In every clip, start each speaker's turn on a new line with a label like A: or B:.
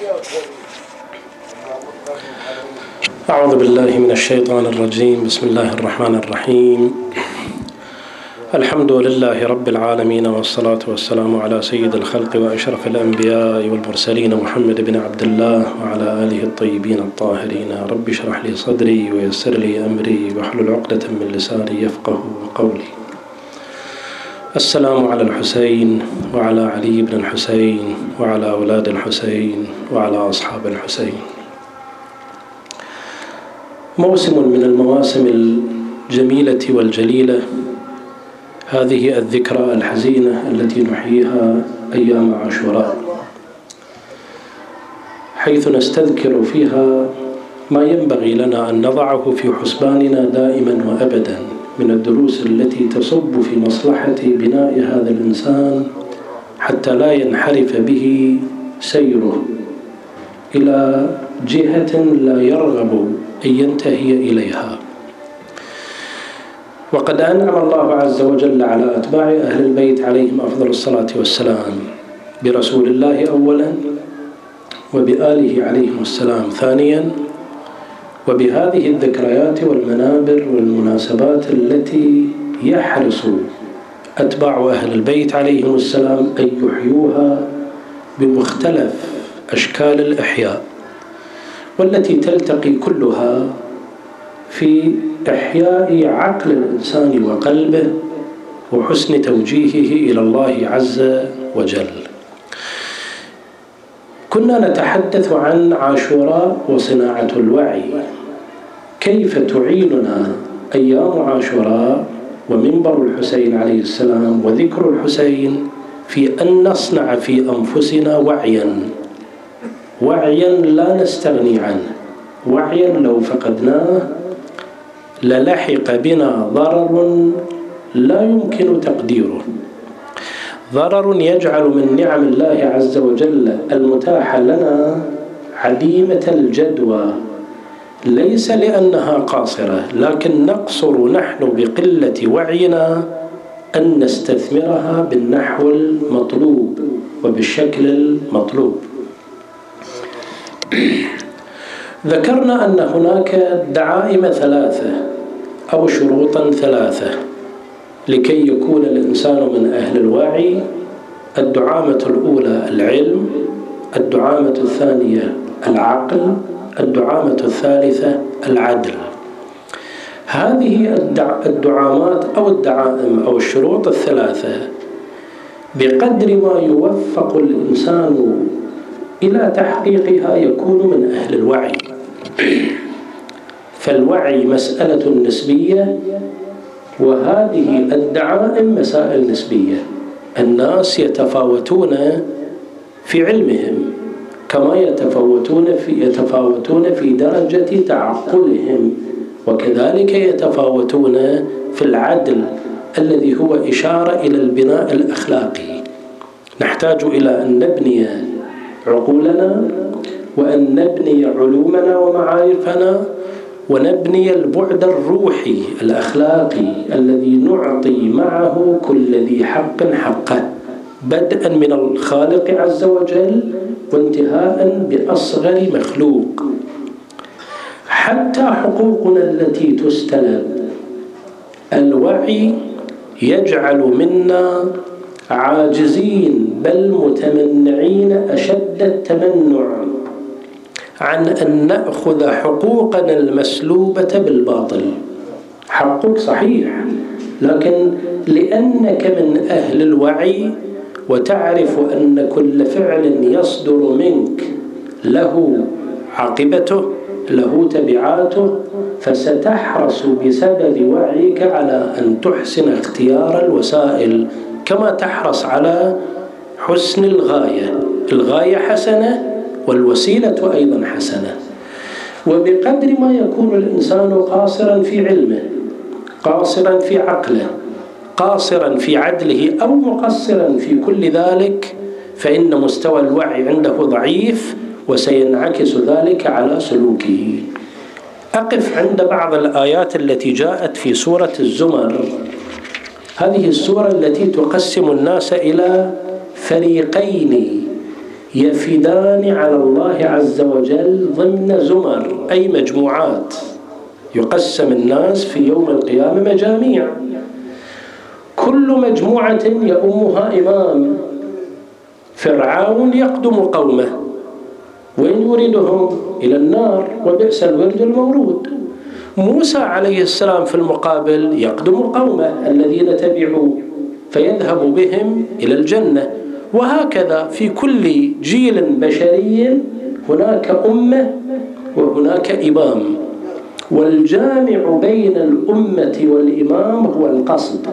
A: أعوذ بالله من الشيطان الرجيم. بسم الله الرحمن الرحيم. الحمد لله رب العالمين، والصلاة والسلام على سيد الخلق وأشرف الأنبياء والمرسلين محمد بن عبد الله وعلى آله الطيبين الطاهرين. رب اشرح لي صدري ويسر لي أمري واحلل عقدة من لساني يفقه قولي. السلام على الحسين وعلى علي بن الحسين وعلى أولاد الحسين وعلى أصحاب الحسين. موسم من المواسم الجميلة والجليلة، هذه الذكرى الحزينة التي نحييها أيام عاشوراء، حيث نستذكر فيها ما ينبغي لنا أن نضعه في حسباننا دائما وأبدا من الدروس التي تصب في مصلحة بناء هذا الإنسان، حتى لا ينحرف به سيره إلى جهة لا يرغب أن ينتهي إليها. وقد أنعم الله عز وجل على أتباع أهل البيت عليهم أفضل الصلاة والسلام برسول الله أولا، وبآله عليهم السلام ثانيا، وبهذه الذكريات والمنابر والمناسبات التي يحرص أتباع أهل البيت عليهم السلام أن يحيوها بمختلف أشكال الإحياء، والتي تلتقي كلها في إحياء عقل الإنسان وقلبه وحسن توجيهه إلى الله عز وجل. كنا نتحدث عن عاشوراء وصناعة الوعي، كيف تعيننا أيام عاشوراء ومنبر الحسين عليه السلام وذكر الحسين في أن نصنع في أنفسنا وعيا لا نستغني عنه، وعيا لو فقدناه للحق بنا ضرر لا يمكن تقديره، ضرر يجعل من نعم الله عز وجل المتاحة لنا عديمة الجدوى، ليس لأنها قاصرة، لكن نقصر نحن بقلة وعينا أن نستثمرها بالنحو المطلوب وبالشكل المطلوب. ذكرنا أن هناك دعائم ثلاثة أو شروطا ثلاثة لكي يكون الإنسان من أهل الوعي. الدعامة الأولى العلم، الدعامة الثانية العقل، الدعامة الثالثة العدل. هذه الدعامات أو الدعائم أو الشروط الثلاثة بقدر ما يوفق الإنسان إلى تحقيقها يكون من أهل الوعي. فالوعي مسألة نسبية، وهذه الدعائم مسائل نسبية. الناس يتفاوتون في علمهم كما يتفاوتون في درجة تعقلهم، وكذلك يتفاوتون في العدل الذي هو إشارة إلى البناء الأخلاقي. نحتاج إلى أن نبني عقولنا، وأن نبني علومنا ومعارفنا، ونبني البعد الروحي الأخلاقي الذي نعطي معه كل ذي حق حقه، بدءا من الخالق عز وجل وانتهاء بأصغر مخلوق، حتى حقوقنا التي تستلب. الوعي يجعل منا عاجزين بل متمنعين أشد التمنع عن أن نأخذ حقوقنا المسلوبة بالباطل. حقك صحيح، لكن لأنك من أهل الوعي وتعرف أن كل فعل يصدر منك له عاقبته، له تبعاته، فستحرص بسبب وعيك على أن تحسن اختيار الوسائل، كما تحرص على حسن الغاية. الغاية حسنة والوسيلة أيضا حسنة. وبقدر ما يكون الإنسان قاصرا في علمه، قاصرا في عقله، قاصرا في عدله، أو مقصرا في كل ذلك، فإن مستوى الوعي عنده ضعيف، وسينعكس ذلك على سلوكه. أقف عند بعض الآيات التي جاءت في سورة الزمر، هذه السورة التي تقسم الناس إلى فريقين يفدان على الله عز وجل ضمن زمر، أي مجموعات. يقسم الناس في يوم القيامة مجاميع، كل مجموعة يؤمها إمام. فرعون يقدم قومه، وين يريدهم؟ إلى النار، وبئس الورد المورود. موسى عليه السلام في المقابل يقدم قومه الذين تبعوه، فيذهب بهم إلى الجنة. وهكذا في كل جيل بشري هناك أمة وهناك إمام، والجامع بين الأمة والإمام هو القصد.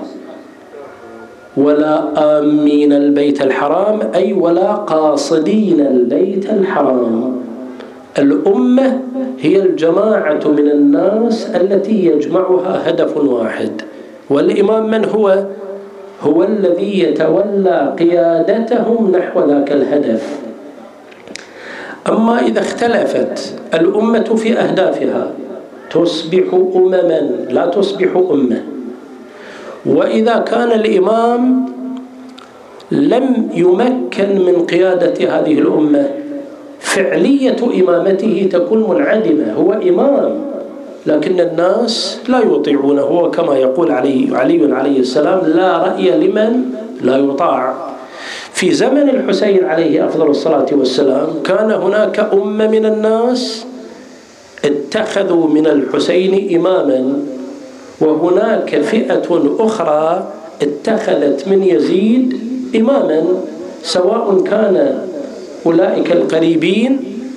A: ولا آمين البيت الحرام، أي ولا قاصدين البيت الحرام. الأمة هي الجماعة من الناس التي يجمعها هدف واحد، والإمام من هو؟ هو الذي يتولى قيادتهم نحو ذاك الهدف. أما إذا اختلفت الأمة في أهدافها تصبح أمما لا تصبح أمة. وإذا كان الإمام لم يمكن من قيادة هذه الأمة، فعلية إمامته تكون منعدمة. هو إمام لكن الناس لا يطيعونه، وكما يقول علي عليه السلام: لا رأي لمن لا يطاع. في زمن الحسين عليه أفضل الصلاة والسلام كان هناك أمة من الناس اتخذوا من الحسين إماما، وهناك فئة أخرى اتخذت من يزيد إماما، سواء كان أولئك القريبين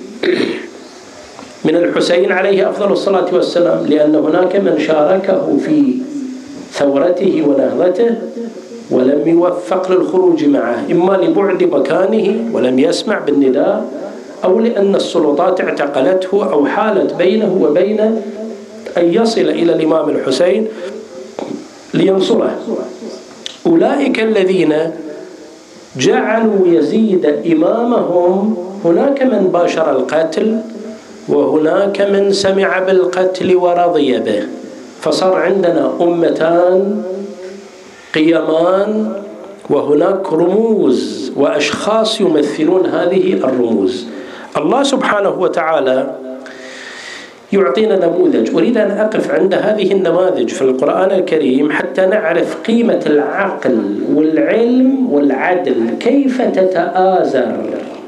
A: من الحسين عليه أفضل الصلاة والسلام، لأن هناك من شاركه في ثورته ونهضته ولم يوفق للخروج معه، إما لبعد مكانه ولم يسمع بالنداء، أو لأن السلطات اعتقلته أو حالت بينه وبين أن يصل إلى الإمام الحسين لينصره. أولئك الذين جعلوا يزيد إمامهم، هناك من باشر القتل وهناك من سمع بالقتل ورضي به، فصار عندنا أمتان قيمان، وهناك رموز وأشخاص يمثلون هذه الرموز. الله سبحانه وتعالى يعطينا نموذج. أريد أن أقف عند هذه النماذج في القرآن الكريم حتى نعرف قيمة العقل والعلم والعدل، كيف تتآزر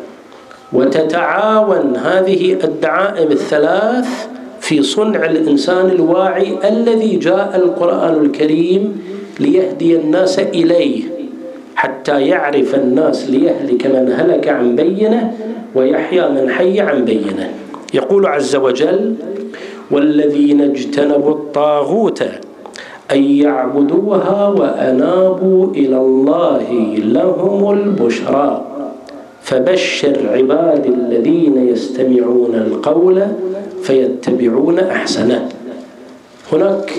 A: وتتعاون هذه الدعائم الثلاث في صنع الإنسان الواعي الذي جاء القرآن الكريم ليهدي الناس إليه، حتى يعرف الناس ليهلك من هلك عن بينه ويحيى من حي عن بينه. يقول عز وجل: والذين اجتنبوا الطاغوت أن يعبدوها وأنابوا إلى الله لهم البشرى فبشر عباد الذين يستمعون القول فيتبعون أحسنه. هناك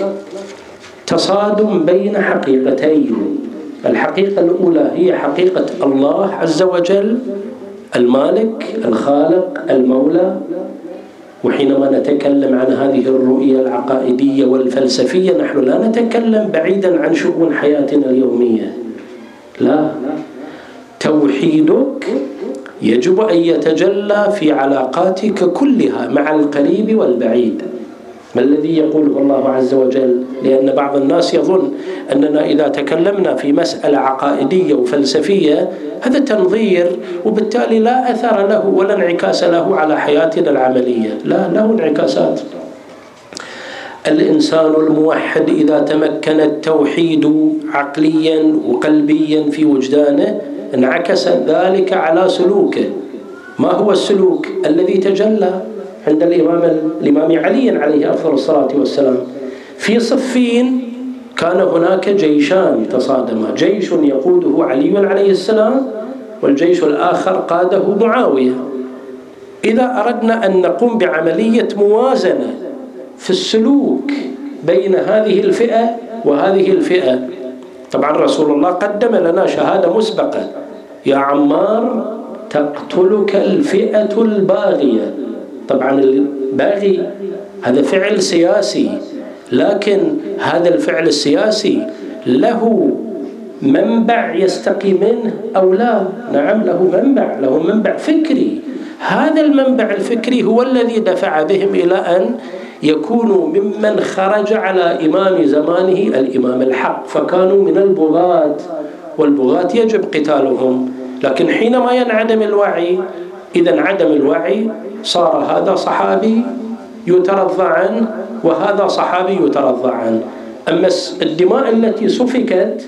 A: تصادم بين حقيقتين. الحقيقة الأولى هي حقيقة الله عز وجل، المالك الخالق المولى. وحينما نتكلم عن هذه الرؤية العقائدية والفلسفية نحن لا نتكلم بعيدا عن شؤون حياتنا اليومية، لا، توحيدك يجب أن يتجلى في علاقاتك كلها مع القريب والبعيد. ما الذي يقوله الله عز وجل؟ لأن بعض الناس يظن أننا إذا تكلمنا في مسألة عقائدية وفلسفية هذا تنظير، وبالتالي لا أثر له ولا انعكاس له على حياتنا العملية. لا، له انعكاسات. الإنسان الموحد إذا تمكن التوحيد عقليا وقلبيا في وجدانه انعكس ذلك على سلوكه. ما هو السلوك الذي تجلى عند الإمام علي عليه أفضل الصلاة والسلام؟ في صفين كان هناك جيشان تصادما، جيش يقوده علي عليه السلام والجيش الآخر قاده معاوية. إذا أردنا أن نقوم بعملية موازنة في السلوك بين هذه الفئة وهذه الفئة، طبعا رسول الله قدم لنا شهادة مسبقة: يا عمار تقتلك الفئة الباغية. طبعا الباغي هذا فعل سياسي، لكن هذا الفعل السياسي له منبع يستقي منه أو لا؟ نعم، له منبع فكري. هذا المنبع الفكري هو الذي دفع بهم إلى أن يكونوا ممن خرج على إمام زمانه الإمام الحق، فكانوا من البغاة، والبغاة يجب قتالهم. لكن حينما ينعدم الوعي، إذا انعدم الوعي صار هذا صحابي يترضى عنه وهذا صحابي يترضى عنه. أما الدماء التي سفكت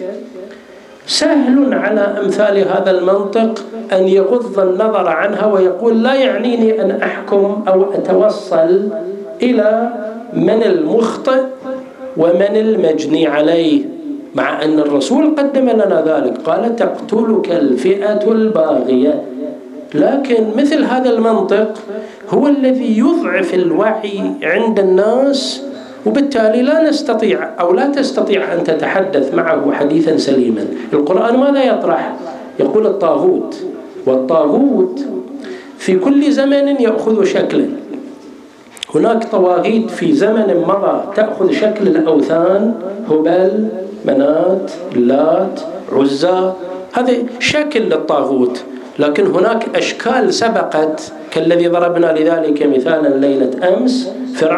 A: سهل على أمثال هذا المنطق أن يغض النظر عنها ويقول لا يعنيني أن أحكم أو أتوصل إلى من المخطئ ومن المجني عليه، مع أن الرسول قدم لنا ذلك، قال تقتلك الفئة الباغية. لكن مثل هذا المنطق هو الذي يضعف الوعي عند الناس، وبالتالي لا نستطيع أو لا تستطيع أن تتحدث معه حديثا سليما. القرآن ماذا يطرح؟ يقول الطاغوت، والطاغوت في كل زمن يأخذ شكلا. هناك طواغيت في زمن مضى تأخذ شكل الأوثان، هبل، منات، لات، عزى، هذا شكل للطاغوت. لكن هناك أشكال سبقت، كالذي ضربنا لذلك مثالا ليلة أمس،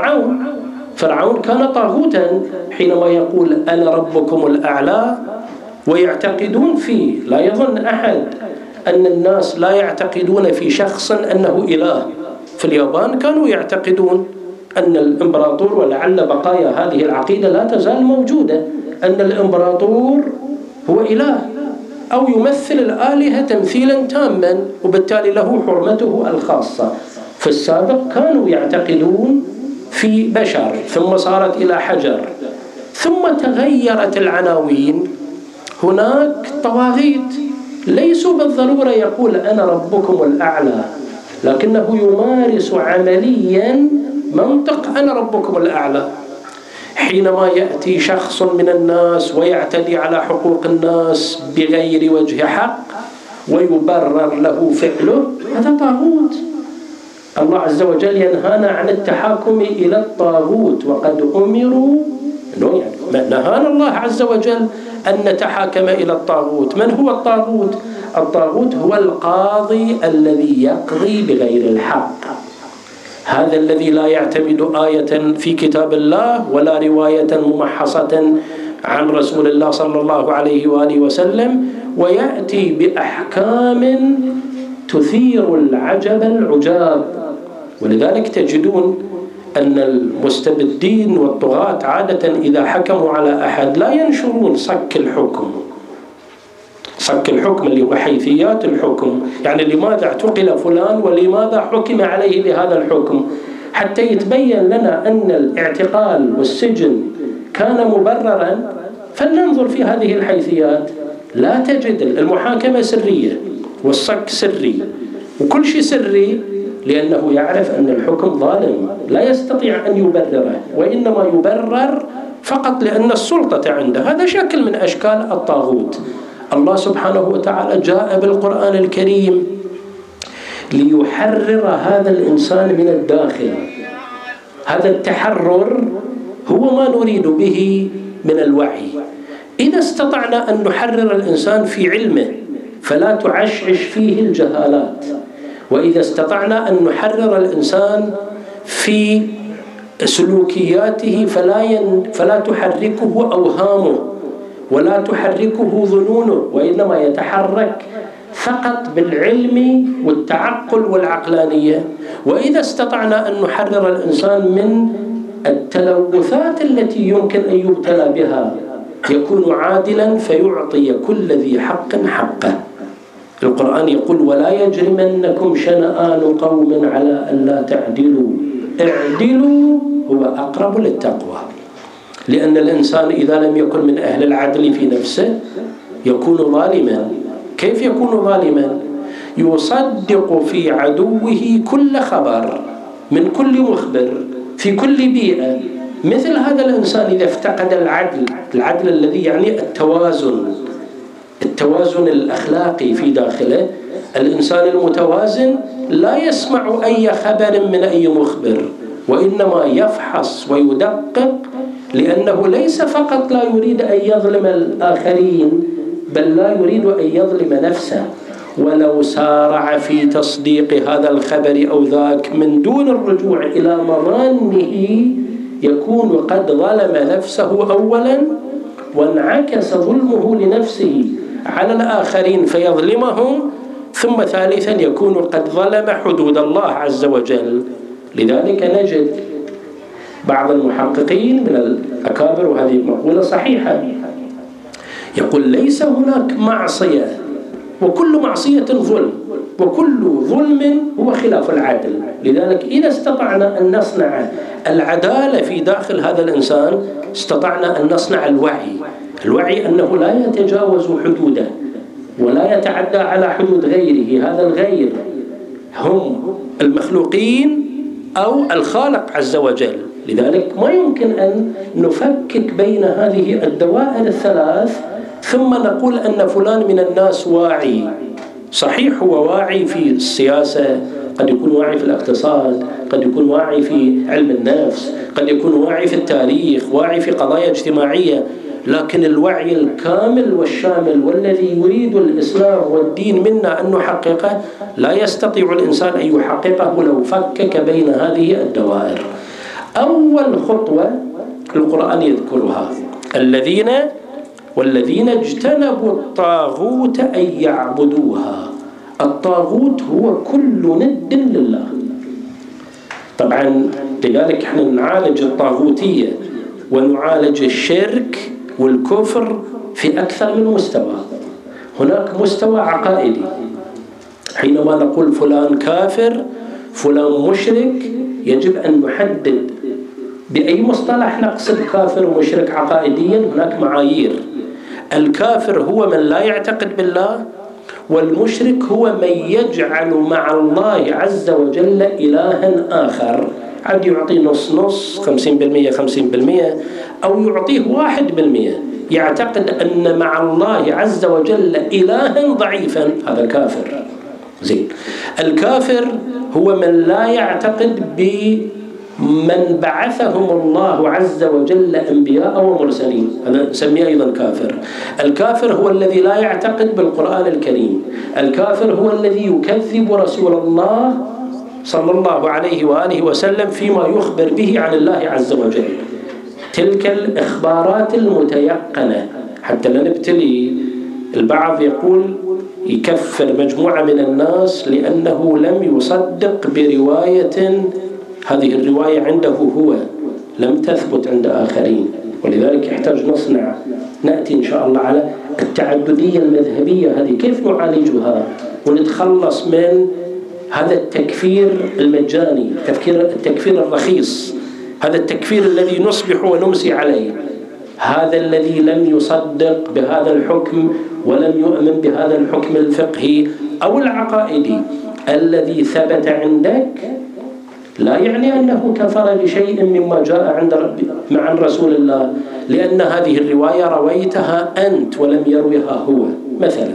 A: فرعون كان طاغوتا حينما يقول أنا ربكم الأعلى، ويعتقدون فيه. لا يظن أحد أن الناس لا يعتقدون في شخص أنه إله. في اليابان كانوا يعتقدون أن الإمبراطور، ولعل بقايا هذه العقيدة لا تزال موجودة، أن الإمبراطور هو إله أو يمثل الآلهة تمثيلا تاما، وبالتالي له حرمته الخاصة. في السابق كانوا يعتقدون في بشر، ثم صارت إلى حجر، ثم تغيرت العناوين. هناك طواغيت ليسوا بالضرورة يقول أنا ربكم الأعلى، لكنه يمارس عمليا منطق أنا ربكم الأعلى. حينما يأتي شخص من الناس ويعتدي على حقوق الناس بغير وجه حق ويبرر له فعله، هذا طاغوت. الله عز وجل ينهانا عن التحاكم إلى الطاغوت، وقد أمروا، نهانا الله عز وجل أن نتحاكم إلى الطاغوت. من هو الطاغوت؟ الطاغوت هو القاضي الذي يقضي بغير الحق، هذا الذي لا يعتمد آية في كتاب الله ولا رواية ممحصة عن رسول الله صلى الله عليه وآله وسلم، ويأتي بأحكام تثير العجب العجاب. ولذلك تجدون أن المستبدين والطغاة عادة إذا حكموا على أحد لا ينشرون صك الحكم اللي هو حيثيات الحكم، يعني لماذا اعتقل فلان ولماذا حكم عليه بهذا الحكم، حتى يتبين لنا أن الاعتقال والسجن كان مبررا، فلننظر في هذه الحيثيات. لا تجد المحاكمة سرية والصك سري وكل شيء سري، لأنه يعرف أن الحكم ظالم لا يستطيع أن يبرره، وإنما يبرر فقط لأن السلطة عنده. هذا شكل من أشكال الطاغوت. الله سبحانه وتعالى جاء بالقرآن الكريم ليحرر هذا الإنسان من الداخل. هذا التحرر هو ما نريد به من الوعي. إذا استطعنا أن نحرر الإنسان في علمه فلا تعشعش فيه الجهالات، وإذا استطعنا أن نحرر الإنسان في سلوكياته فلا تحركه أوهامه ولا تحركه ظنونه، وإنما يتحرك فقط بالعلم والتعقل والعقلانية. وإذا استطعنا أن نحرر الإنسان من التلوثات التي يمكن أن يبتلى بها، يكون عادلا فيعطي كل ذي حق حقه. القرآن يقول ولا يجرمنكم شنآن قوم على ألا تعدلوا، اعدلوا هو أقرب للتقوى. لأن الإنسان إذا لم يكن من أهل العدل في نفسه يكون ظالما. كيف يكون ظالما؟ يصدق في عدوه كل خبر من كل مخبر في كل بيئة. مثل هذا الإنسان إذا افتقد العدل الذي يعني التوازن الأخلاقي في داخله، الإنسان المتوازن لا يسمع أي خبر من أي مخبر، وإنما يفحص ويدقق، لأنه ليس فقط لا يريد أن يظلم الآخرين، بل لا يريد أن يظلم نفسه، ولو سارع في تصديق هذا الخبر أو ذاك من دون الرجوع إلى مظانه يكون قد ظلم نفسه أولا، وانعكس ظلمه لنفسه على الآخرين فيظلمهم، ثم ثالثا يكون قد ظلم حدود الله عز وجل. لذلك نجد بعض المحققين من الأكابر، وهذه مقولة صحيحة، يقول ليس هناك معصية، وكل معصية ظلم، وكل ظلم هو خلاف العدل. لذلك إذا استطعنا أن نصنع العدالة في داخل هذا الإنسان استطعنا أن نصنع الوعي أنه لا يتجاوز حدوده ولا يتعدى على حدود غيره. هذا الغير هم المخلوقين أو الخالق عز وجل. لذلك ما يمكن أن نفكك بين هذه الدوائر الثلاث ثم نقول أن فلان من الناس واعي. صحيح هو واعي في السياسة، قد يكون واعي في الاقتصاد، قد يكون واعي في علم النفس، قد يكون واعي في التاريخ، واعي في قضايا اجتماعية، لكن الوعي الكامل والشامل والذي يريد الإسلام والدين منا أن نحققه لا يستطيع الإنسان أن يحققه لو فكك بين هذه الدوائر. أول خطوة القرآن يذكرها: والذين اجتنبوا الطاغوت أن يعبدوها. الطاغوت هو كل ند لله. طبعا لذلك احنا نعالج الطاغوتية ونعالج الشرك والكفر في أكثر من مستوى. هناك مستوى عقائدي، حينما نقول فلان كافر فلان مشرك يجب أن نحدد بأي مصطلح نقصد كافر ومشرك عقائديا. هناك معايير. الكافر هو من لا يعتقد بالله، والمشرك هو من يجعل مع الله عز وجل إلها آخر. عاد يعطي نص 50% 50%، أو يعطيه 1%، يعتقد أن مع الله عز وجل إلها ضعيفا. هذا كافر. زين. الكافر هو من لا يعتقد بمن بعثهم الله عز وجل أنبياء ومرسلين، هذا نسميه أيضا كافر. الكافر هو الذي لا يعتقد بالقرآن الكريم. الكافر هو الذي يكذب رسول الله صلى الله عليه وآله وسلم فيما يخبر به عن الله عز وجل. تلك الإخبارات المتيقنة، حتى لا نبتلي. البعض يقول يكفر مجموعة من الناس لأنه لم يصدق برواية، هذه الرواية عنده هو لم تثبت عند آخرين. ولذلك يحتاج نأتي إن شاء الله على التعددية المذهبية هذه، كيف نعالجها ونتخلص من هذا التكفير المجاني، التكفير الرخيص، هذا التكفير الذي نصبح ونمسي عليه، هذا الذي لم يصدق بهذا الحكم ولم يؤمن بهذا الحكم الفقهي أو العقائدي الذي ثبت عندك، لا يعني أنه كفر بشيء مما جاء عن رسول الله، لأن هذه الرواية رويتها أنت ولم يرويها هو. مثلا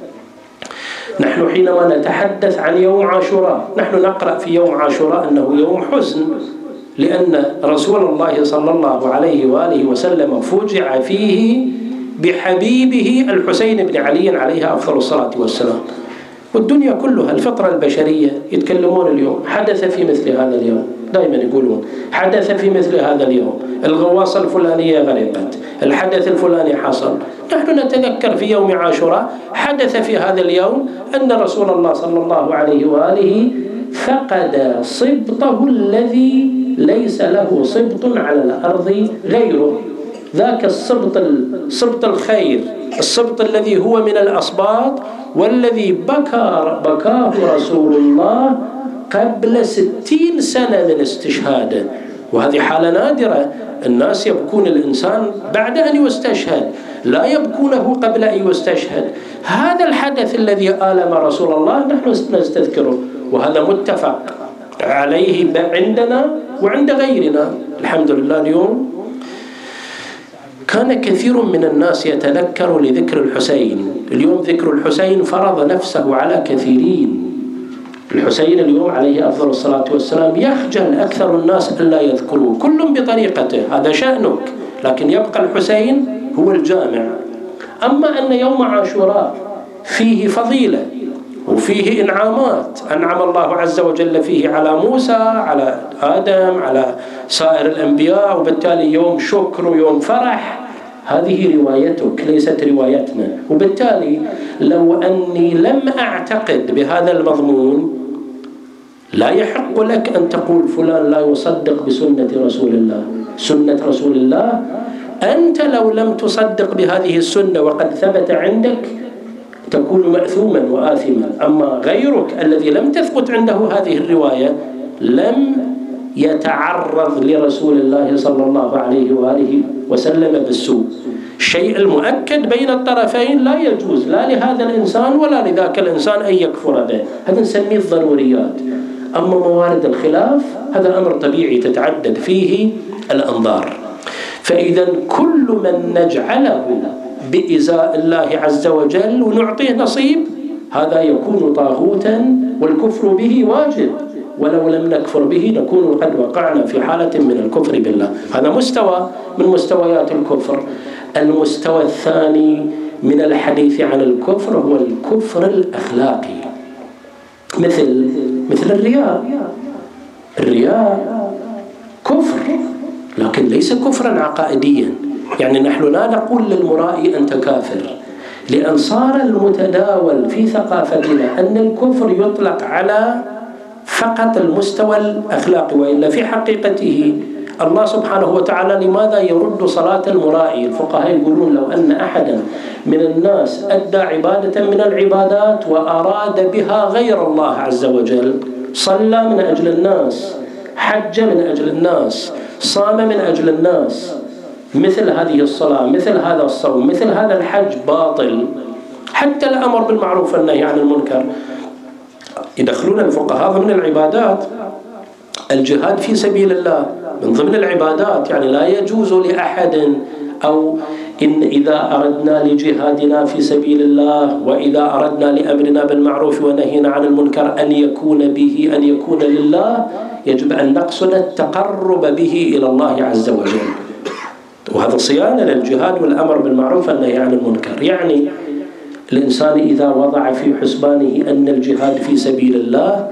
A: نحن حينما نتحدث عن يوم عاشوراء، نحن نقرأ في يوم عاشوراء أنه يوم حزن، لأن رسول الله صلى الله عليه وآله وسلم فوجع فيه بحبيبه الحسين بن علي عليه أفضل الصلاة والسلام. والدنيا كلها الفطرة البشرية يتكلمون اليوم حدث في مثل هذا اليوم، دائما يقولون حدث في مثل هذا اليوم، الغواصة الفلانية غرقت، الحدث الفلاني حصل. نحن نتذكر في يوم عاشوراء حدث في هذا اليوم أن رسول الله صلى الله عليه وآله فقد صبطه الذي ليس له صبط على الأرض غيره. ذاك الصبط الخير، الصبط الذي هو من الأصباط، والذي بكاه رسول الله قبل 60 سنة من استشهاده. وهذه حالة نادرة، الناس يبكون الإنسان بعد أن يستشهد، لا يبكونه قبل أن يستشهد. هذا الحدث الذي آلم رسول الله نحن نستذكره، وهذا متفق عليه عندنا وعند غيرنا. الحمد لله اليوم كان كثير من الناس يتذكر لذكر الحسين. اليوم ذكر الحسين فرض نفسه على كثيرين. الحسين اليوم عليه أفضل الصلاة والسلام يخجل أكثر الناس ألا يذكروه، كل بطريقته، هذا شأنك، لكن يبقى الحسين هو الجامع. أما أن يوم عاشوراء فيه فضيلة وفيه إنعامات، أنعم الله عز وجل فيه على موسى، على آدم، على سائر الأنبياء، وبالتالي يوم شكر ويوم فرح، هذه روايتك ليست روايتنا. وبالتالي لو أني لم أعتقد بهذا المضمون لا يحق لك أن تقول فلان لا يصدق بسنة رسول الله. سنة رسول الله أنت لو لم تصدق بهذه السنة وقد ثبت عندك تكون مأثوما وآثما، أما غيرك الذي لم تثبت عنده هذه الرواية لم يتعرض لرسول الله صلى الله عليه وآله وسلم بالسوء. الشيء المؤكد بين الطرفين لا يجوز لا لهذا الإنسان ولا لذاك الإنسان أن يكفر به، هذا نسميه الضروريات. أما موارد الخلاف هذا أمر طبيعي تتعدد فيه الأنظار. فإذا كل من نجعله بإزاء الله عز وجل ونعطيه نصيب هذا يكون طاغوتا، والكفر به واجب، ولو لم نكفر به نكون قد وقعنا في حالة من الكفر بالله. هذا مستوى من مستويات الكفر. المستوى الثاني من الحديث عن الكفر هو الكفر الأخلاقي، مثل الرياء. الرياء كفر لكن ليس كفرا عقائديا، يعني نحن لا نقول للمرائي أنت كافر، لأن صار المتداول في ثقافتنا أن الكفر يطلق على فقط المستوى الأخلاقي، وإلا في حقيقته الله سبحانه وتعالى لماذا يرد صلاة المرائي؟ الفقهاء يقولون لو أن أحدا من الناس أدى عبادة من العبادات وأراد بها غير الله عز وجل، صلى من أجل الناس، حج من أجل الناس، صام من أجل الناس، مثل هذه الصلاة، مثل هذا الصوم، مثل هذا الحج باطل. حتى الأمر بالمعروف والنهي عن المنكر يدخلون الفقهاء ضمن العبادات. الجهاد في سبيل الله من ضمن العبادات، يعني لا يجوز لأحد أو إن إذا أردنا لجهادنا في سبيل الله وإذا أردنا لأمرنا بالمعروف ونهينا عن المنكر أن يكون لله، يجب أن نقصد التقرب به إلى الله عز وجل، وهذا صيانة للجهاد والأمر بالمعروف والنهي عن المنكر. يعني الإنسان إذا وضع في حسبانه أن الجهاد في سبيل الله،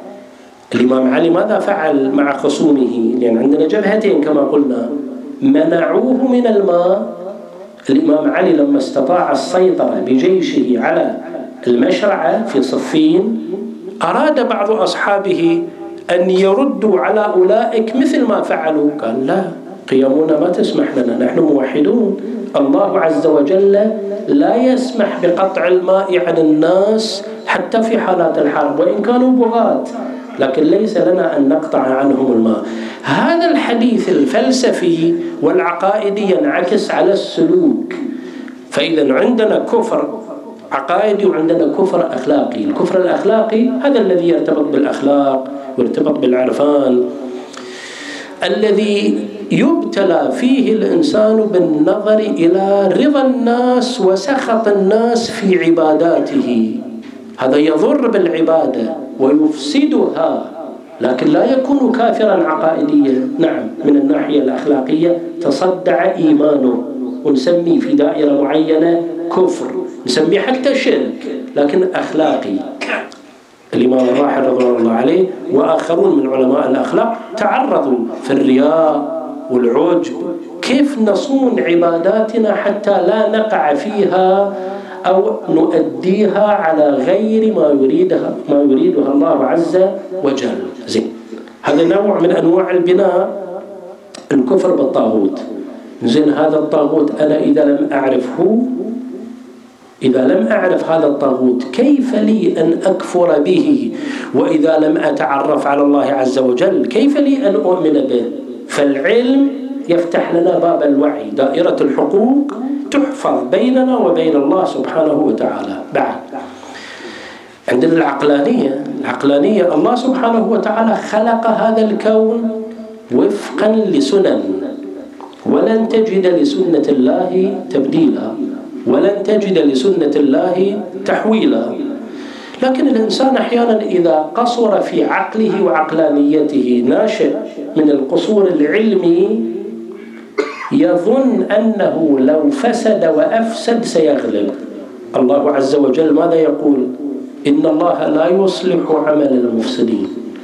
A: الإمام علي ماذا فعل مع خصومه؟ لأن عندنا جبهتين كما قلنا، منعوه من الماء. الإمام علي لما استطاع السيطرة بجيشه على المشرعة في صفين أراد بعض أصحابه أن يردوا على أولئك مثل ما فعلوا، قال لا، قيمنا ما تسمح لنا، نحن موحدون، الله عز وجل لا يسمح بقطع الماء عن الناس حتى في حالات الحرب وإن كانوا بغاة، لكن ليس لنا أن نقطع عنهم الماء. هذا الحديث الفلسفي والعقائدي ينعكس على السلوك. فإذا عندنا كفر عقائدي وعندنا كفر أخلاقي. الكفر الأخلاقي هذا الذي يرتبط بالأخلاق ويرتبط بالعرفان، الذي يبتلى فيه الإنسان بالنظر إلى رضا الناس وسخط الناس في عباداته. هذا يضر بالعبادة ويفسدها، لكن لا يكون كافرا عقائديا. نعم، من الناحية الأخلاقية تصدع إيمانه ونسميه في دائرة معينة كفر، نسميه حتى شرك، لكن أخلاقي. الإمام الراحل رضوان الله عليه وآخرون من علماء الأخلاق تعرضوا في الرياء والعجب، كيف نصون عباداتنا حتى لا نقع فيها أو نؤديها على غير ما يريدها الله عز وجل. زين، هذا نوع من أنواع البناء، الكفر بالطاغوت. زين، هذا الطاغوت أنا إذا لم أعرف هذا الطاغوت كيف لي أن أكفر به؟ وإذا لم أتعرف على الله عز وجل كيف لي أن أؤمن به؟ فالعلم يفتح لنا باب الوعي، دائرة الحقوق تحفظ بيننا وبين الله سبحانه وتعالى. بعد عندنا العقلانية، الله سبحانه وتعالى خلق هذا الكون وفقا لسنن، ولن تجد لسنة الله تبديلا، ولن تجد لسنة الله تحويلا. لكن الإنسان أحيانا إذا قصر في عقله وعقلانيته، ناشئ من القصور العلمي، يظن أنه لو فسد وأفسد سيغلب. الله عز وجل ماذا يقول؟ إن الله لا يصلح عمل المفسدين.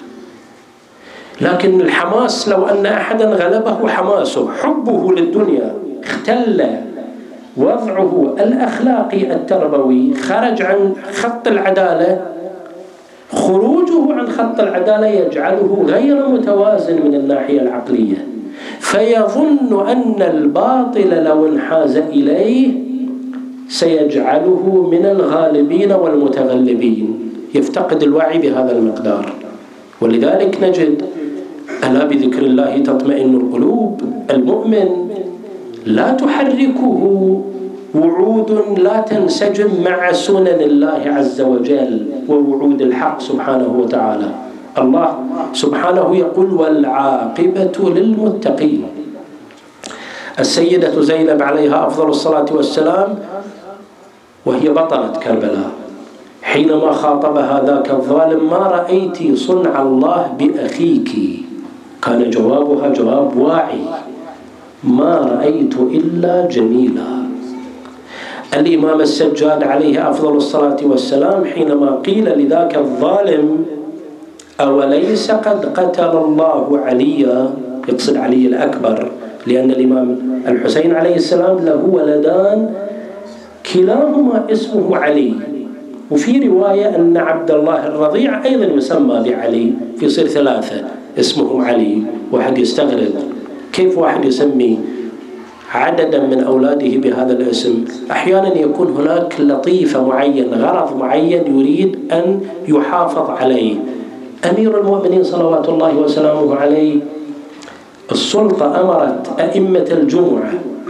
A: لكن الحماس لو أن أحدا غلبه حماسه، حبه للدنيا، اختل وضعه الأخلاقي التربوي، خرج عن خط العدالة، خروجه عن خط العدالة يجعله غير متوازن من الناحية العقلية، فيظن أن الباطل لو انحاز إليه سيجعله من الغالبين والمتغلبين، يفتقد الوعي بهذا المقدار. ولذلك نجد ألا بذكر الله تطمئن القلوب. المؤمن لا تحركه وعود لا تنسجم مع سنن الله عز وجل ووعود الحق سبحانه وتعالى. الله سبحانه يقول والعاقبة للمتقين. السيدة زينب عليها أفضل الصلاة والسلام وهي بطلة كربلاء حينما خاطبها ذاك الظالم ما رأيت صنع الله بأخيك، كان جوابها جواب واعي، ما رأيت إلا جميلا. الإمام السجاد عليه أفضل الصلاة والسلام حينما قيل لذاك الظالم أوليس قد قتل الله عليا، يقصد علي الأكبر، لأن الإمام الحسين عليه السلام له ولدان كلاهما اسمه علي، وفي رواية أن عبد الله الرضيع أيضا يسمى بعلي، في صير ثلاثة اسمه علي. واحد يستغرب كيف واحد يسمي عددا من أولاده بهذا الاسم. أحيانا يكون هناك لطيفة معين، غرض معين يريد أن يحافظ عليه. أمير المؤمنين صلوات الله وسلامه عليه السلطة أمرت أئمة الجمعة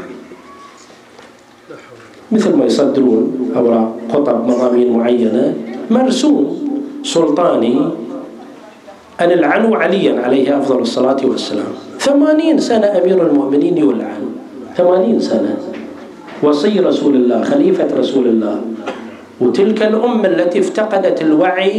A: مثل ما يصدرون أوراق خطب مضامين معينة مرسوم سلطاني أن العنوا عليا عليه أفضل الصلاة والسلام. 80 سنة أمير المؤمنين يلعن، 80 سنة، وصي رسول الله، خليفة رسول الله. وتلك الأمة التي افتقدت الوعي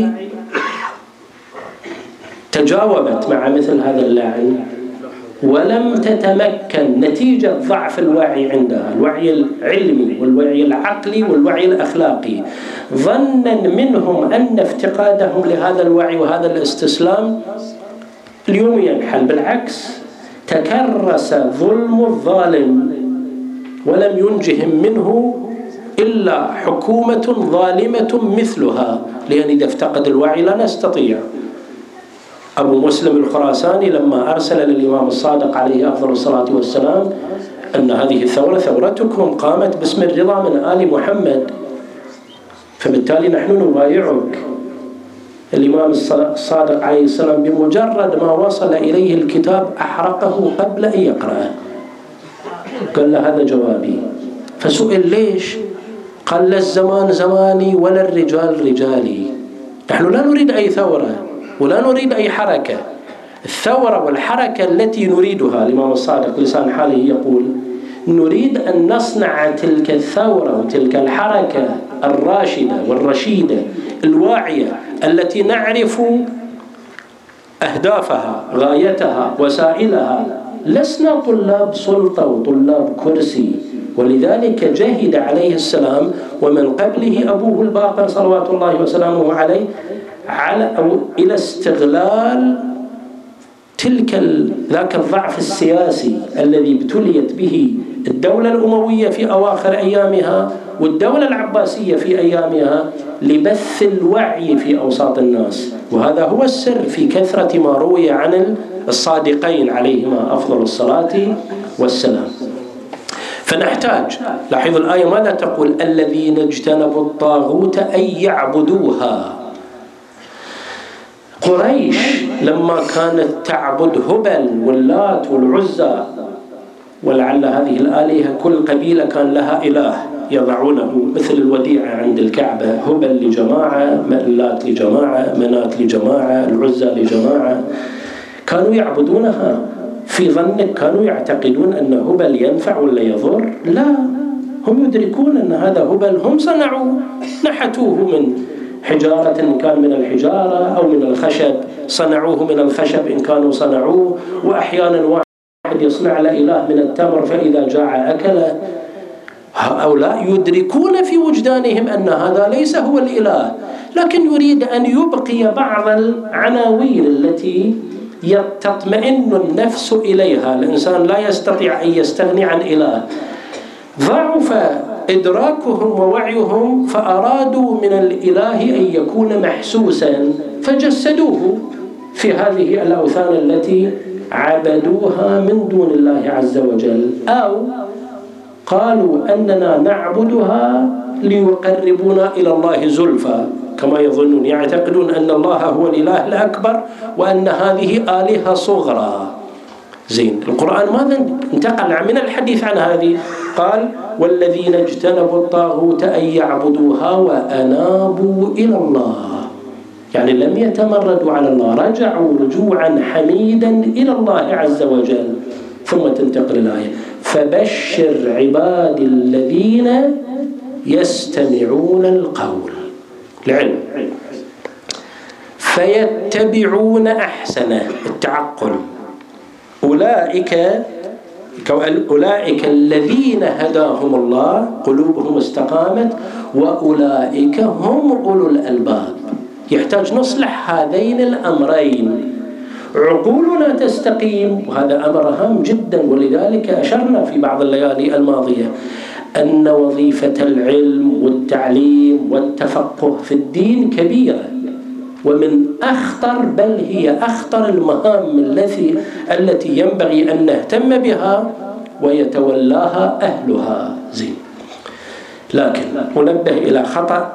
A: تجاوبت مع مثل هذا اللعن ولم تتمكن نتيجة ضعف الوعي عندها، الوعي العلمي والوعي العقلي والوعي الأخلاقي. ظنا منهم أن افتقادهم لهذا الوعي وهذا الاستسلام اليوم ينحل، بالعكس تكرس ظلم الظالم ولم ينجهم منه إلا حكومة ظالمة مثلها، لأن إذا افتقد الوعي لا نستطيع. أبو مسلم الخراساني لما أرسل للإمام الصادق عليه أفضل الصلاة والسلام أن هذه الثورة ثورتكم قامت باسم الرضا من آل محمد، فبالتالي نحن نبايعك. الإمام الصادق عليه السلام بمجرد ما وصل إليه الكتاب أحرقه قبل أن يقرأه، قال له هذا جوابي. فسئل ليش؟ قال لا الزمان زماني ولا الرجال رجالي. نحن لا نريد أي ثورة ولا نريد أي حركة. الثورة والحركة التي نريدها، الإمام الصادق لسان حاله يقول نريد أن نصنع تلك الثورة وتلك الحركة الراشدة والرشيدة الواعية التي نعرف أهدافها غايتها وسائلها. لسنا طلاب سلطة وطلاب كرسي. ولذلك جهد عليه السلام ومن قبله أبوه الباقر صلوات الله وسلامه عليه إلى استغلال ذاك الضعف السياسي الذي ابتليت به الدولة الأموية في أواخر أيامها والدولة العباسية في أيامها لبث الوعي في أوساط الناس. وهذا هو السر في كثرة ما روي عن الصادقين عليهما أفضل الصلاة والسلام. فنحتاج، لاحظوا الآية ماذا تقول؟ الذين اجتنبوا الطاغوت أن يعبدوها. قريش لما كانت تعبد هبل واللات والعزى، ولعل هذه الآلهة كل قبيلة كان لها إله يضعونه، مثل الوديعة عند الكعبة، هبل لجماعة، اللات لجماعة، منات لجماعة، العزى لجماعة، كانوا يعبدونها. في ظنك كانوا يعتقدون أن هبل ينفع ولا يضر؟ لا، هم يدركون أن هذا هبل هم صنعوه، نحتوه من حجارة إن كان من الحجارة أو من الخشب، صنعوه من الخشب إن كانوا صنعوه، وأحيانا واحد واحد يصنع له إله من التمر فإذا جاع أكله. هؤلاء يدركون في وجدانهم أن هذا ليس هو الإله، لكن يريد أن يبقي بعض العناوين التي تطمئن النفس إليها. الإنسان لا يستطيع أن يستغني عن إله. ضعف إدراكهم ووعيهم فأرادوا من الإله أن يكون محسوسا، فجسدوه في هذه الأوثان التي عبدوها من دون الله عز وجل، أو قالوا أننا نعبدها ليقربونا إلى الله زلفى، كما يظنون، يعتقدون أن الله هو الإله الأكبر وأن هذه آلهة صغرى. زين، القرآن ماذا انتقل من الحديث عن هذه؟ قال: والذين اجتنبوا الطاغوت أن يعبدوها وأنابوا إلى الله، يعني لم يتمردوا على الله، رجعوا رجوعا حميدا إلى الله عز وجل. ثم تنتقل الآية: فبشر عبادي الذين يستمعون القول، العلم، فيتبعون أحسنه، التعقل. أولئك الذين هداهم الله، قلوبهم استقامت، وأولئك هم أولو الألباب. يحتاج نصلح هذين الأمرين، عقولنا تستقيم، وهذا أمر هام جدا. ولذلك أشرنا في بعض الليالي الماضية أن وظيفة العلم والتعليم والتفقه في الدين كبيرة، ومن أخطر، بل هي أخطر المهام التي ينبغي أن نهتم بها ويتولاها أهلها. زين، لكن منبه إلى خطأ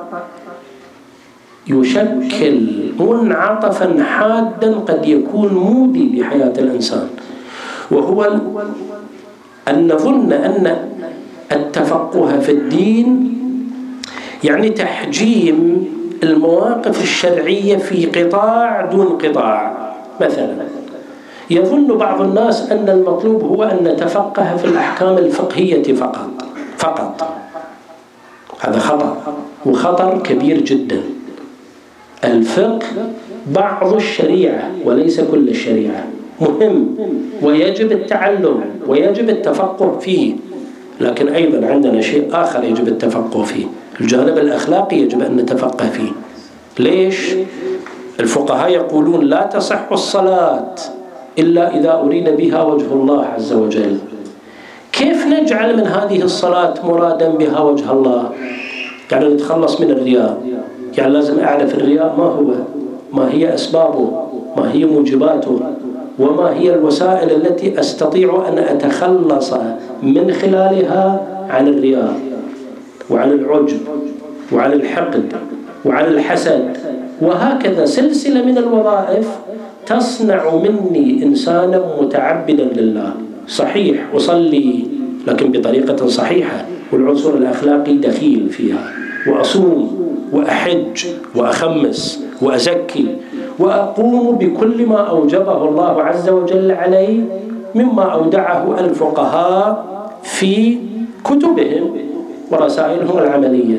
A: يشكل منعطفا حادا قد يكون مودي بحياة الإنسان، وهو أن نظن أن التفقه في الدين يعني تحجيم المواقف الشرعية في قطاع دون قطاع. مثلا يظن بعض الناس أن المطلوب هو أن نتفقه في الأحكام الفقهية فقط. هذا خطأ، وخطر كبير جدا. الفقه بعض الشريعة وليس كل الشريعة، مهم ويجب التعلم ويجب التفقه فيه، لكن أيضا عندنا شيء آخر يجب التفقه فيه، الجانب الأخلاقي يجب أن نتفقه فيه. ليش؟ الفقهاء يقولون لا تصح الصلاة إلا إذا أريد بها وجه الله عز وجل. كيف نجعل من هذه الصلاة مرادا بها وجه الله؟ يعني نتخلص من الرياء، يعني لازم أعرف الرياء ما هو، ما هي أسبابه، ما هي موجباته، وما هي الوسائل التي أستطيع أن أتخلص من خلالها عن الرياء وعن العجب وعن الحقد وعن الحسد، وهكذا سلسلة من الوظائف تصنع مني إنسانا متعبدا لله. صحيح أصلي لكن بطريقة صحيحة، والعنصر الأخلاقي دخيل فيها، وأصوم وأحج وأخمس وأزكي وأقوم بكل ما أوجبه الله عز وجل علي مما أودعه الفقهاء في كتبهم ورسائلهم العملية.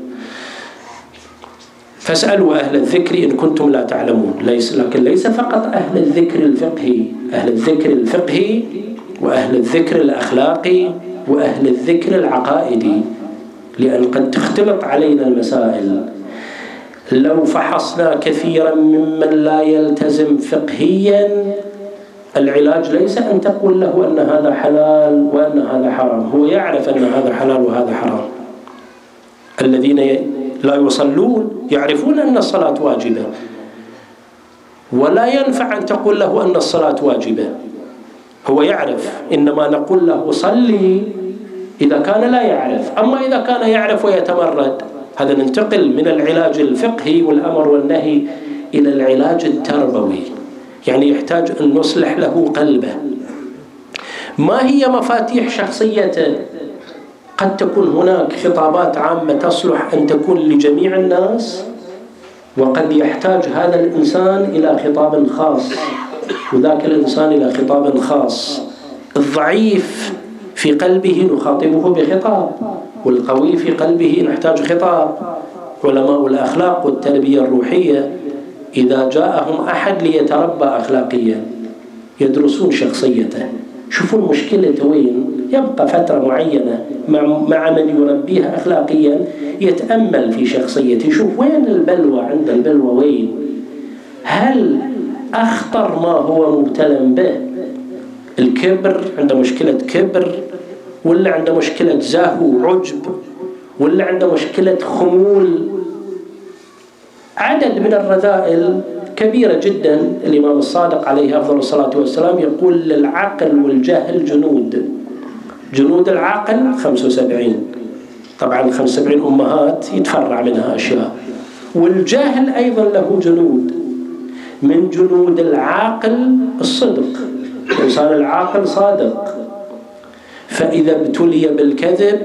A: فاسألوا أهل الذكر إن كنتم لا تعلمون. لكن ليس فقط أهل الذكر الفقهي، أهل الذكر الفقهي وأهل الذكر الأخلاقي وأهل الذكر العقائدي، لأن قد تختلط علينا المسائل. لو فحصنا كثيرا ممن لا يلتزم فقهيا، العلاج ليس أن تقول له أن هذا حلال وأن هذا حرام، هو يعرف أن هذا حلال وهذا حرام. الذين لا يصلون يعرفون أن الصلاة واجبة، ولا ينفع أن تقول له أن الصلاة واجبة، هو يعرف، إنما نقول له صلي إذا كان لا يعرف. أما إذا كان يعرف ويتمرد، هذا ننتقل من العلاج الفقهي والأمر والنهي إلى العلاج التربوي، يعني يحتاج أن نصلح له قلبه. ما هي مفاتيح شخصيته؟ قد تكون هناك خطابات عامة تصلح أن تكون لجميع الناس، وقد يحتاج هذا الإنسان إلى خطاب خاص وذاك الإنسان إلى خطاب خاص. الضعيف في قلبه نخاطبه بخطاب، والقوي في قلبه نحتاج خطاب. علماء الأخلاق والتربية الروحية إذا جاءهم أحد ليتربى أخلاقيا يدرسون شخصيته، شوفوا المشكلة وين. يبقى فترة معينة مع من يربيها أخلاقيا، يتأمل في شخصيته، يشوف وين البلوى، عند البلوى وين. هل أخطر ما هو مبتلى به الكبر، عنده مشكلة كبر، ولا عنده مشكلة زهو وعجب، ولا عنده مشكلة خمول؟ عدد من الرذائل كبيرة جدا. الإمام الصادق عليه أفضل الصلاة والسلام يقول: للعقل والجهل جنود العقل 75. طبعا 75 أمهات يتفرع منها أشياء. والجهل أيضا له جنود. من جنود العاقل الصدق، الإنسان العاقل صادق، فإذا ابتلي بالكذب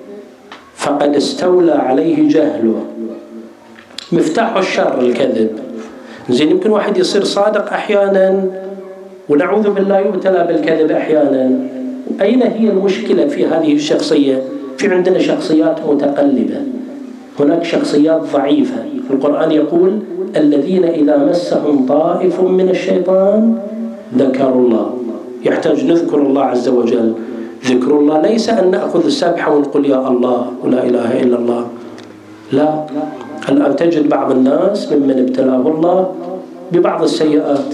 A: فقد استولى عليه جهله. مفتاح الشر الكذب. زين، يمكن واحد يصير صادق أحيانا ونعوذ بالله يبتلى بالكذب أحيانا. أين هي المشكلة في هذه الشخصية؟ في عندنا شخصيات متقلبة، هناك شخصيات ضعيفة. القرآن يقول: الذين إذا مسهم طائف من الشيطان ذكروا الله. يحتاج نذكر الله عز وجل. ذكر الله ليس أن نأخذ السبحة ونقول يا الله ولا إله إلا الله، لا. الآن تجد بعض الناس ممن ابتلاه الله ببعض السيئات،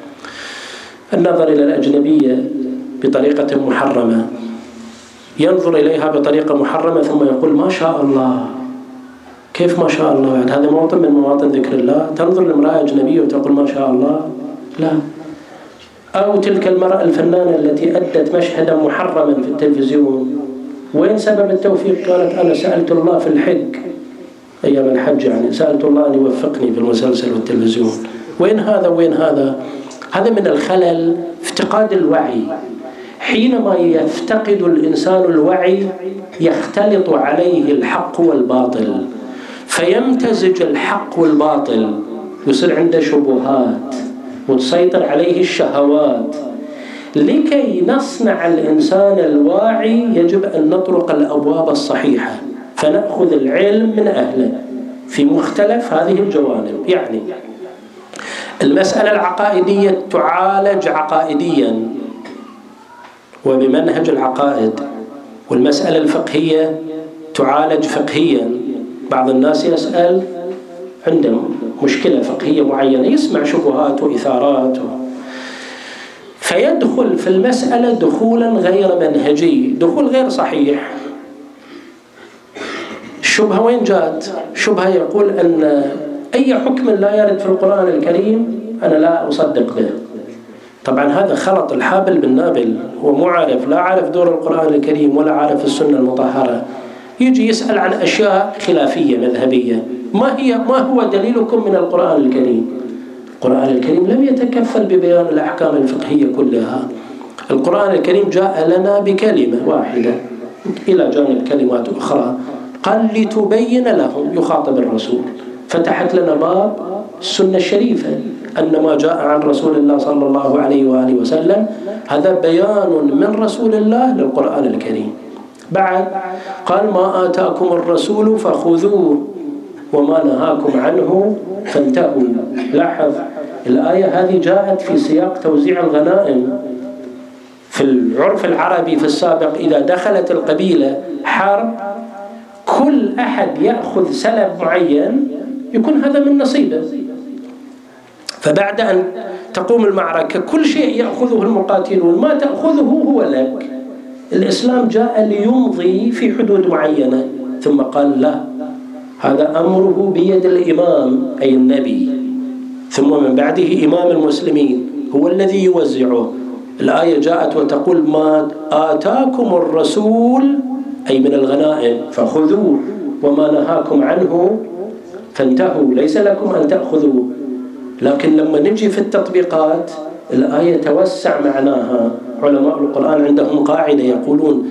A: النظر إلى الأجنبية بطريقة محرمة، ينظر إليها بطريقة محرمة ثم يقول ما شاء الله. كيف ما شاء الله؟ يعني هذا موطن من مواطن ذكر الله؟ تنظر لامرأة أجنبية وتقول ما شاء الله؟ لا. أو تلك المرأة الفنانة التي أدت مشهدا محرما في التلفزيون، وين سبب التوفيق؟ قالت أنا سألت الله في الحج، أيام الحج يعني، سألت الله أن يوفقني في المسلسل والتلفزيون. وين هذا وين هذا؟ هذا من الخلل، افتقاد الوعي. حينما يفتقد الإنسان الوعي يختلط عليه الحق والباطل، فيمتزج الحق والباطل، يصير عنده شبهات وتسيطر عليه الشهوات. لكي نصنع الإنسان الواعي يجب أن نطرق الأبواب الصحيحة، فنأخذ العلم من أهله في مختلف هذه الجوانب. يعني المسألة العقائدية تعالج عقائديا وبمنهج العقائد، والمسألة الفقهية تعالج فقهيا. بعض الناس يسأل عنده مشكلة فقهية معينة، يسمع شبهات وإثارات فيدخل في المسألة دخولا غير منهجي، دخول غير صحيح. الشبهة وين جاءت؟ شبهة يقول أن أي حكم لا يرد في القرآن الكريم أنا لا أصدق به. طبعا هذا خلط الحابل بالنابل، هو مو عارف، لا عارف دور القرآن الكريم ولا عارف السنة المطهرة. يجي يسأل عن أشياء خلافية مذهبية. ما هو دليلكم من القرآن الكريم؟ القرآن الكريم لم يتكفل ببيان الأحكام الفقهية كلها. القرآن الكريم جاء لنا بكلمة واحدة إلى جانب كلمات أخرى، قال لتبين لهم، يخاطب الرسول. فتحت لنا باب السنة الشريفة، أن ما جاء عن رسول الله صلى الله عليه وآله وسلم هذا بيان من رسول الله للقرآن الكريم. بعد قال ما آتاكم الرسول فخذوه وما نهاكم عنه فانتهوا. لاحظ الآية هذه جاءت في سياق توزيع الغنائم. في العرف العربي في السابق إذا دخلت القبيلة حرب كل أحد يأخذ سلب معين يكون هذا من نصيبه، فبعد أن تقوم المعركة كل شيء يأخذه المقاتلون، ما تأخذه هو لك. الإسلام جاء ليمضي في حدود معينة، ثم قال لا، هذا أمره بيد الإمام أي النبي، ثم من بعده إمام المسلمين هو الذي يوزعه. الآية جاءت وتقول ما آتاكم الرسول أي من الغنائم فخذوه وما نهاكم عنه فانتهوا، ليس لكم أن تأخذوا. لكن لما نجي في التطبيقات الآية توسع معناها. علماء القرآن عندهم قاعدة يقولون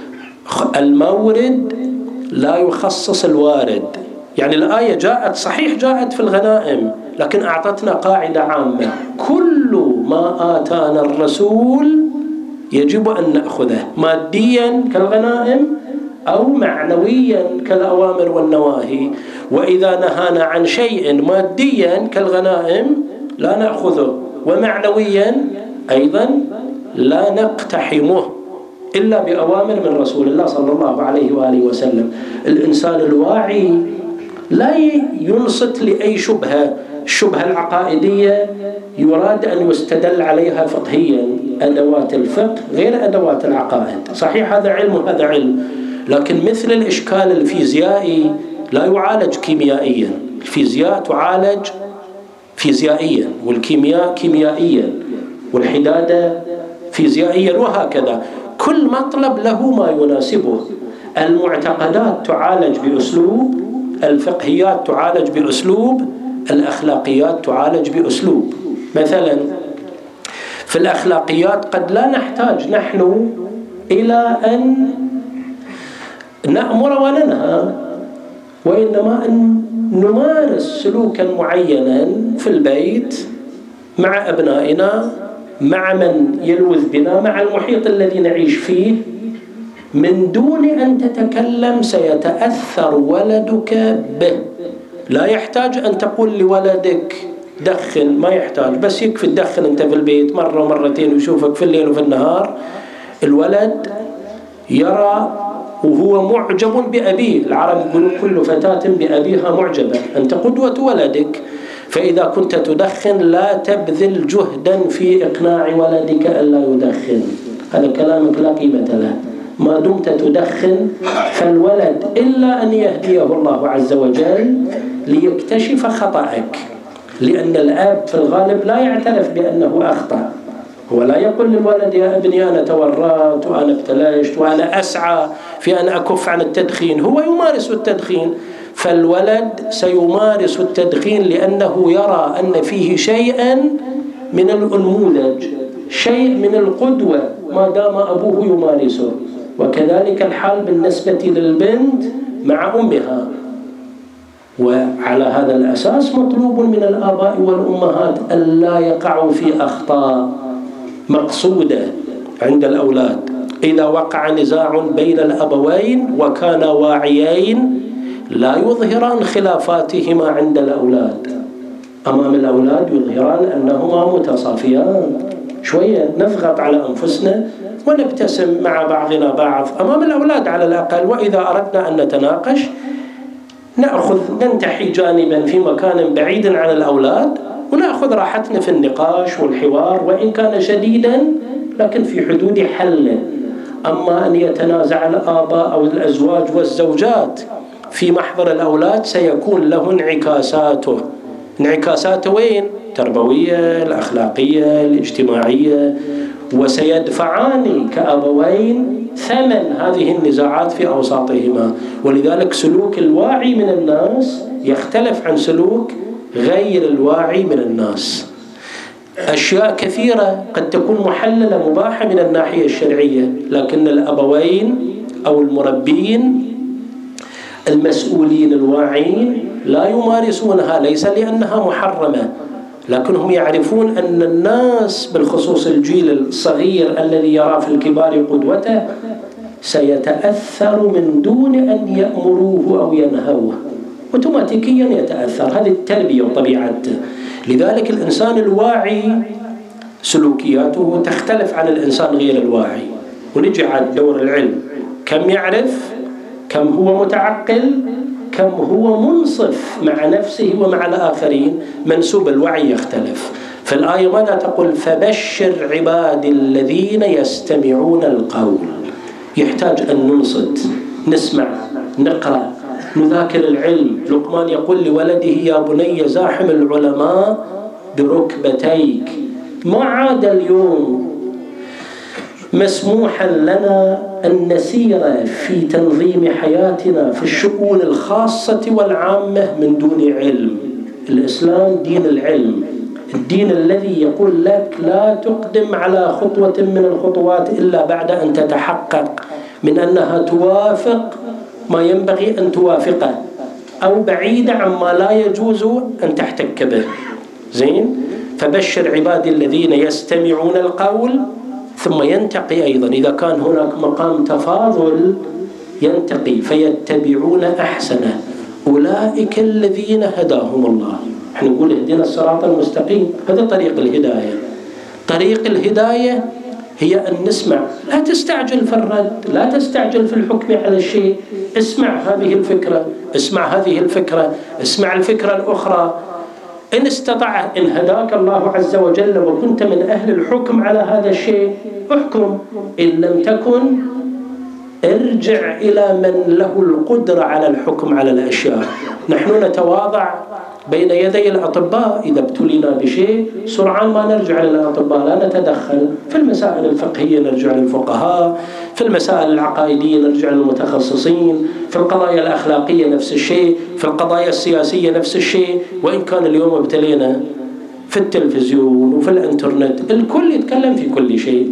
A: المورد لا يخصص الوارد. يعني الآية جاءت صحيح جاءت في الغنائم، لكن أعطتنا قاعدة عامة: كل ما آتانا الرسول يجب أن نأخذه، ماديا كالغنائم أو معنويا كالأوامر والنواهي. وإذا نهانا عن شيء ماديا كالغنائم لا نأخذه، ومعنويا أيضا لا نقتحمه إلا بأوامر من رسول الله صلى الله عليه وآله وسلم. الإنسان الواعي لا ينصت لأي شبهة. الشبهة العقائدية يراد أن يستدل عليها فقهيا، أدوات الفقه غير أدوات العقائد. صحيح هذا علم وهذا علم، لكن مثل الإشكال الفيزيائي لا يعالج كيميائيا. الفيزياء تعالج فيزيائيا، والكيمياء كيميائيا، والحدادة فيزيائيا، وهكذا. كل مطلب له ما يناسبه. المعتقدات تعالج بأسلوب، الفقهيات تعالج بأسلوب، الأخلاقيات تعالج بأسلوب. مثلا في الأخلاقيات قد لا نحتاج نحن إلى أن نأمر وننهى، وإنما أن نمارس سلوكا معينا في البيت مع أبنائنا، مع من يلوذ بنا، مع المحيط الذي نعيش فيه، من دون أن تتكلم سيتأثر ولدك به. لا يحتاج أن تقول لولدك دخن، ما يحتاج، بس يكفي تدخن أنت في البيت مرة ومرتين ويشوفك في الليل وفي النهار. الولد يرى وهو معجب بأبيه. العرب يقولون كل فتاة بأبيها معجبة، أنت قدوة ولدك. فإذا كنت تدخن لا تبذل جهدا في إقناع ولدك ألا يدخن، هذا كلامك لا قيمة له. ما دمت تدخن فالولد إلا أن يهديه الله عز وجل ليكتشف خطأك، لأن الأب في الغالب لا يعترف بأنه أخطأ. هو لا يقول للولد يا ابني أنا تورطت وأنا ابتلشت وأنا أسعى في أن أكف عن التدخين. هو يمارس التدخين، فالولد سيمارس التدخين لأنه يرى أن فيه شيئا من النموذج، شيء من القدوة ما دام أبوه يمارسه. وكذلك الحال بالنسبة للبنت مع أمها. وعلى هذا الأساس مطلوب من الآباء والأمهات ألا يقعوا في أخطاء مقصودة عند الأولاد. إذا وقع نزاع بين الأبوين وكانا واعيين لا يظهران خلافاتهما عند الأولاد. أمام الأولاد يظهران أنهما متصافيان. شوية نضغط على أنفسنا ونبتسم مع بعضنا بعض أمام الأولاد على الأقل. وإذا أردنا أن نتناقش ننتحي جانبا في مكان بعيد عن الأولاد ونأخذ راحتنا في النقاش والحوار، وإن كان شديدا لكن في حدود حل. أما أن يتنازع الآباء أو الأزواج والزوجات في محضر الأولاد سيكون له انعكاساته. انعكاساته وين؟ التربوية، الأخلاقية، الاجتماعية، وسيدفعان كأبوين ثمن هذه النزاعات في أوساطهما. ولذلك سلوك الواعي من الناس يختلف عن سلوك غير الواعي من الناس. أشياء كثيرة قد تكون محللة مباحة من الناحية الشرعية، لكن الأبوين أو المربين المسؤولين الواعين لا يمارسونها، ليس لأنها محرمة، لكنهم يعرفون أن الناس بالخصوص الجيل الصغير الذي يرى في الكبار قدوته سيتأثر من دون أن يأمروه أو ينهوه، أوتوماتيكيا يتأثر. هذه التربية وطبيعته. لذلك الإنسان الواعي سلوكياته تختلف عن الإنسان غير الواعي. ونجي على دور العلم، كم يعرف، كم هو متعقل، كم هو منصف مع نفسه ومع الآخرين. منسوب الوعي يختلف. في الآية ماذا تقول؟ فبشر عبادي الذين يستمعون القول. يحتاج أن ننصت، نسمع، نقرأ، نذاكر العلم. لقمان يقول لولده يا بني زاحم العلماء بركبتيك. ما عاد اليوم مسموحا لنا أن نسير في تنظيم حياتنا في الشؤون الخاصة والعامة من دون علم. الإسلام دين العلم، الدين الذي يقول لك لا تقدم على خطوة من الخطوات إلا بعد أن تتحقق من أنها توافق ما ينبغي أن توافقه أو بعيدة عما لا يجوز أن تحتك به. زين؟ فبشر عبادي الذين يستمعون القول ثم ينتقي أيضا. إذا كان هناك مقام تفاضل ينتقي فيتبعون أحسنه أولئك الذين هداهم الله. احنا نقول اهدنا الصراط المستقيم، هذا طريق الهداية. طريق الهداية هي أن نسمع، لا تستعجل في الرد، لا تستعجل في الحكم على الشيء. اسمع هذه الفكرة، اسمع هذه الفكرة، اسمع الفكرة الأخرى. إن استطعت، إن هداك الله عز وجل وكنت من أهل الحكم على هذا الشيء احكم، إن لم تكن ارجع إلى من له القدرة على الحكم على الأشياء. نحن نتواضع بين يدي الأطباء، إذا ابتلينا بشيء سرعان ما نرجع للأطباء، لا نتدخل. في المسائل الفقهية نرجع للفقهاء، في المسائل العقائدية نرجع للمتخصصين، في القضايا الأخلاقية نفس الشيء، في القضايا السياسية نفس الشيء. وإن كان اليوم ابتلينا في التلفزيون وفي الانترنت الكل يتكلم في كل شيء،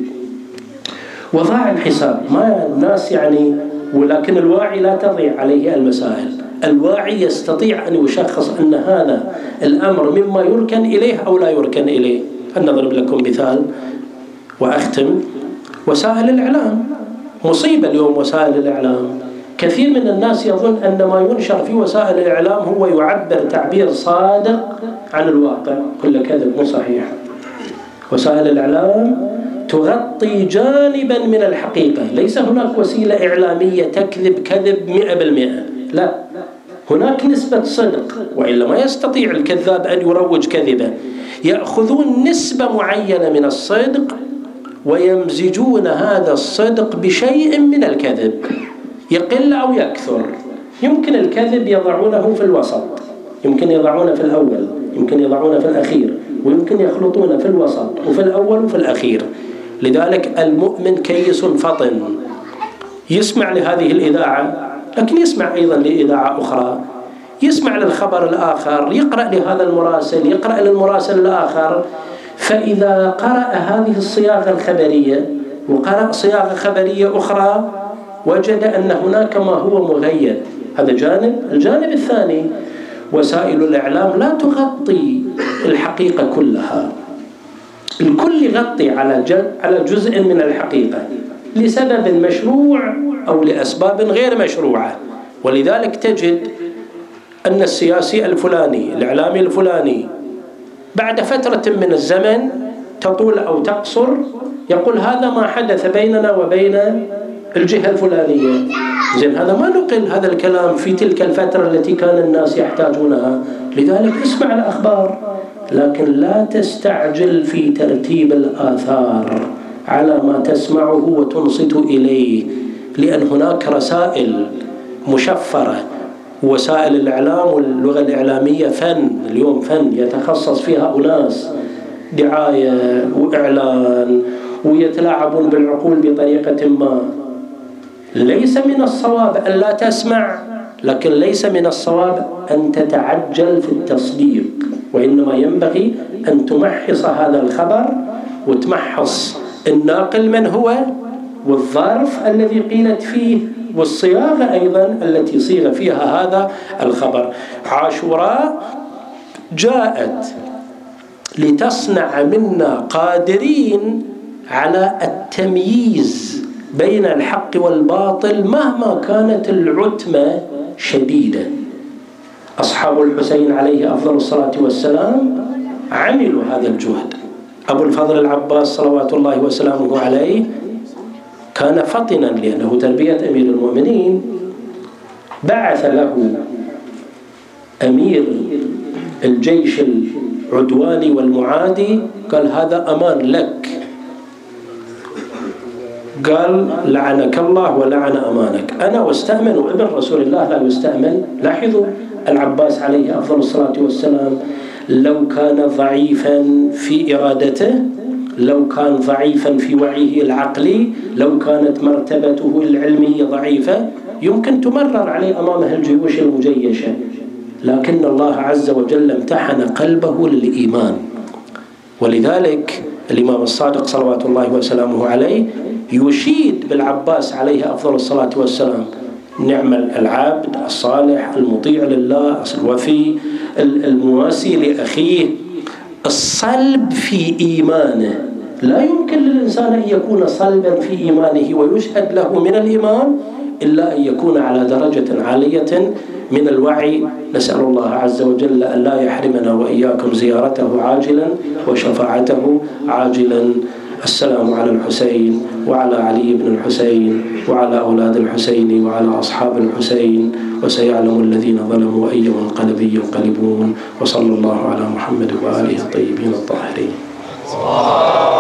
A: وضاع الحساب. ما الناس ولكن الواعي لا تضيع عليه المسائل. الواعي يستطيع أن يشخص أن هذا الأمر مما يركن إليه أو لا يركن إليه. أنا أضرب لكم مثال وأختم. وسائل الإعلام مصيبة اليوم. وسائل الإعلام كثير من الناس يظن أن ما ينشر في وسائل الإعلام هو يعبر تعبير صادق عن الواقع، كل كذب مو صحيح. وسائل الإعلام تغطي جانبا من الحقيقة، ليس هناك وسيلة إعلامية تكذب كذب 100%، لا، هناك نسبة صدق، وإلا ما يستطيع الكذاب أن يروج كذبة. يأخذون نسبة معينة من الصدق ويمزجون هذا الصدق بشيء من الكذب، يقل أو يكثر. يمكن الكذب يضعونه في الوسط، يمكن يضعونه في الأول، يمكن يضعونه في الأخير، ويمكن يخلطونه في الوسط وفي الأول وفي الأخير. لذلك المؤمن كيس فطن، يسمع لهذه الإذاعة لكن يسمع أيضا لإذاعة أخرى، يسمع للخبر الآخر، يقرأ لهذا المراسل، يقرأ للمراسل الآخر. فإذا قرأ هذه الصياغة الخبرية وقرأ صياغة خبرية أخرى وجد أن هناك ما هو مغير. هذا جانب. الجانب الثاني، وسائل الإعلام لا تغطي الحقيقة كلها، الكل يغطي على جزء من الحقيقة لسبب مشروع أو لأسباب غير مشروعة. ولذلك تجد أن السياسي الفلاني، الإعلامي الفلاني، بعد فترة من الزمن تطول أو تقصر يقول هذا ما حدث بيننا وبين الجهة الفلانية. زين، هذا ما نقل هذا الكلام في تلك الفترة التي كان الناس يحتاجونها. لذلك اسمع الأخبار لكن لا تستعجل في ترتيب الآثار على ما تسمعه وتنصت إليه، لأن هناك رسائل مشفرة. وسائل الإعلام واللغة الإعلامية فن، اليوم فن يتخصص فيها أناس دعاية وإعلان، ويتلاعبون بالعقول بطريقة ما. ليس من الصواب أن لا تسمع، لكن ليس من الصواب أن تتعجل في التصديق، وإنما ينبغي أن تمحص هذا الخبر وتمحص الناقل من هو، والظرف الذي قيلت فيه، والصياغة أيضا التي صيغ فيها هذا الخبر. عاشوراء جاءت لتصنع منا قادرين على التمييز بين الحق والباطل مهما كانت العتمة شديدة. أصحاب الحسين عليه أفضل الصلاة والسلام عملوا هذا الجهد. أبو الفضل العباس صلوات الله وسلامه عليه كان فطنا، لأنه تربية أمير المؤمنين. بعث له أمير الجيش العدواني والمعادي، قال هذا أمان لك، قال لعنك الله ولعن أمانك. أنا واستأمن وابن رسول الله لا يستأمن. لاحظوا العباس عليه أفضل الصلاة والسلام لو كان ضعيفا في إرادته، لو كان ضعيفا في وعيه العقلي، لو كانت مرتبته العلمية ضعيفة يمكن تمرر عليه أمامه الجيوش المجيشة، لكن الله عز وجل امتحن قلبه للإيمان. ولذلك الإمام الصادق صلوات الله وسلامه عليه يشيد بالعباس عليه أفضل الصلاة والسلام: نعم العبد الصالح المطيع لله الوفي المواسي لأخيه الصلب في إيمانه. لا يمكن للإنسان أن يكون صلبا في إيمانه ويشهد له من الإيمان إلا أن يكون على درجة عالية من الوعي. نسأل الله عز وجل أن لا يحرمنا وإياكم زيارته عاجلا وشفاعته عاجلا. السلام على الحسين وعلى علي بن الحسين وعلى أولاد الحسين وعلى أصحاب الحسين، وسيعلم الذين ظلموا أي منقلب ينقلبون. وصلى الله على محمد وآله الطيبين الطاهرين.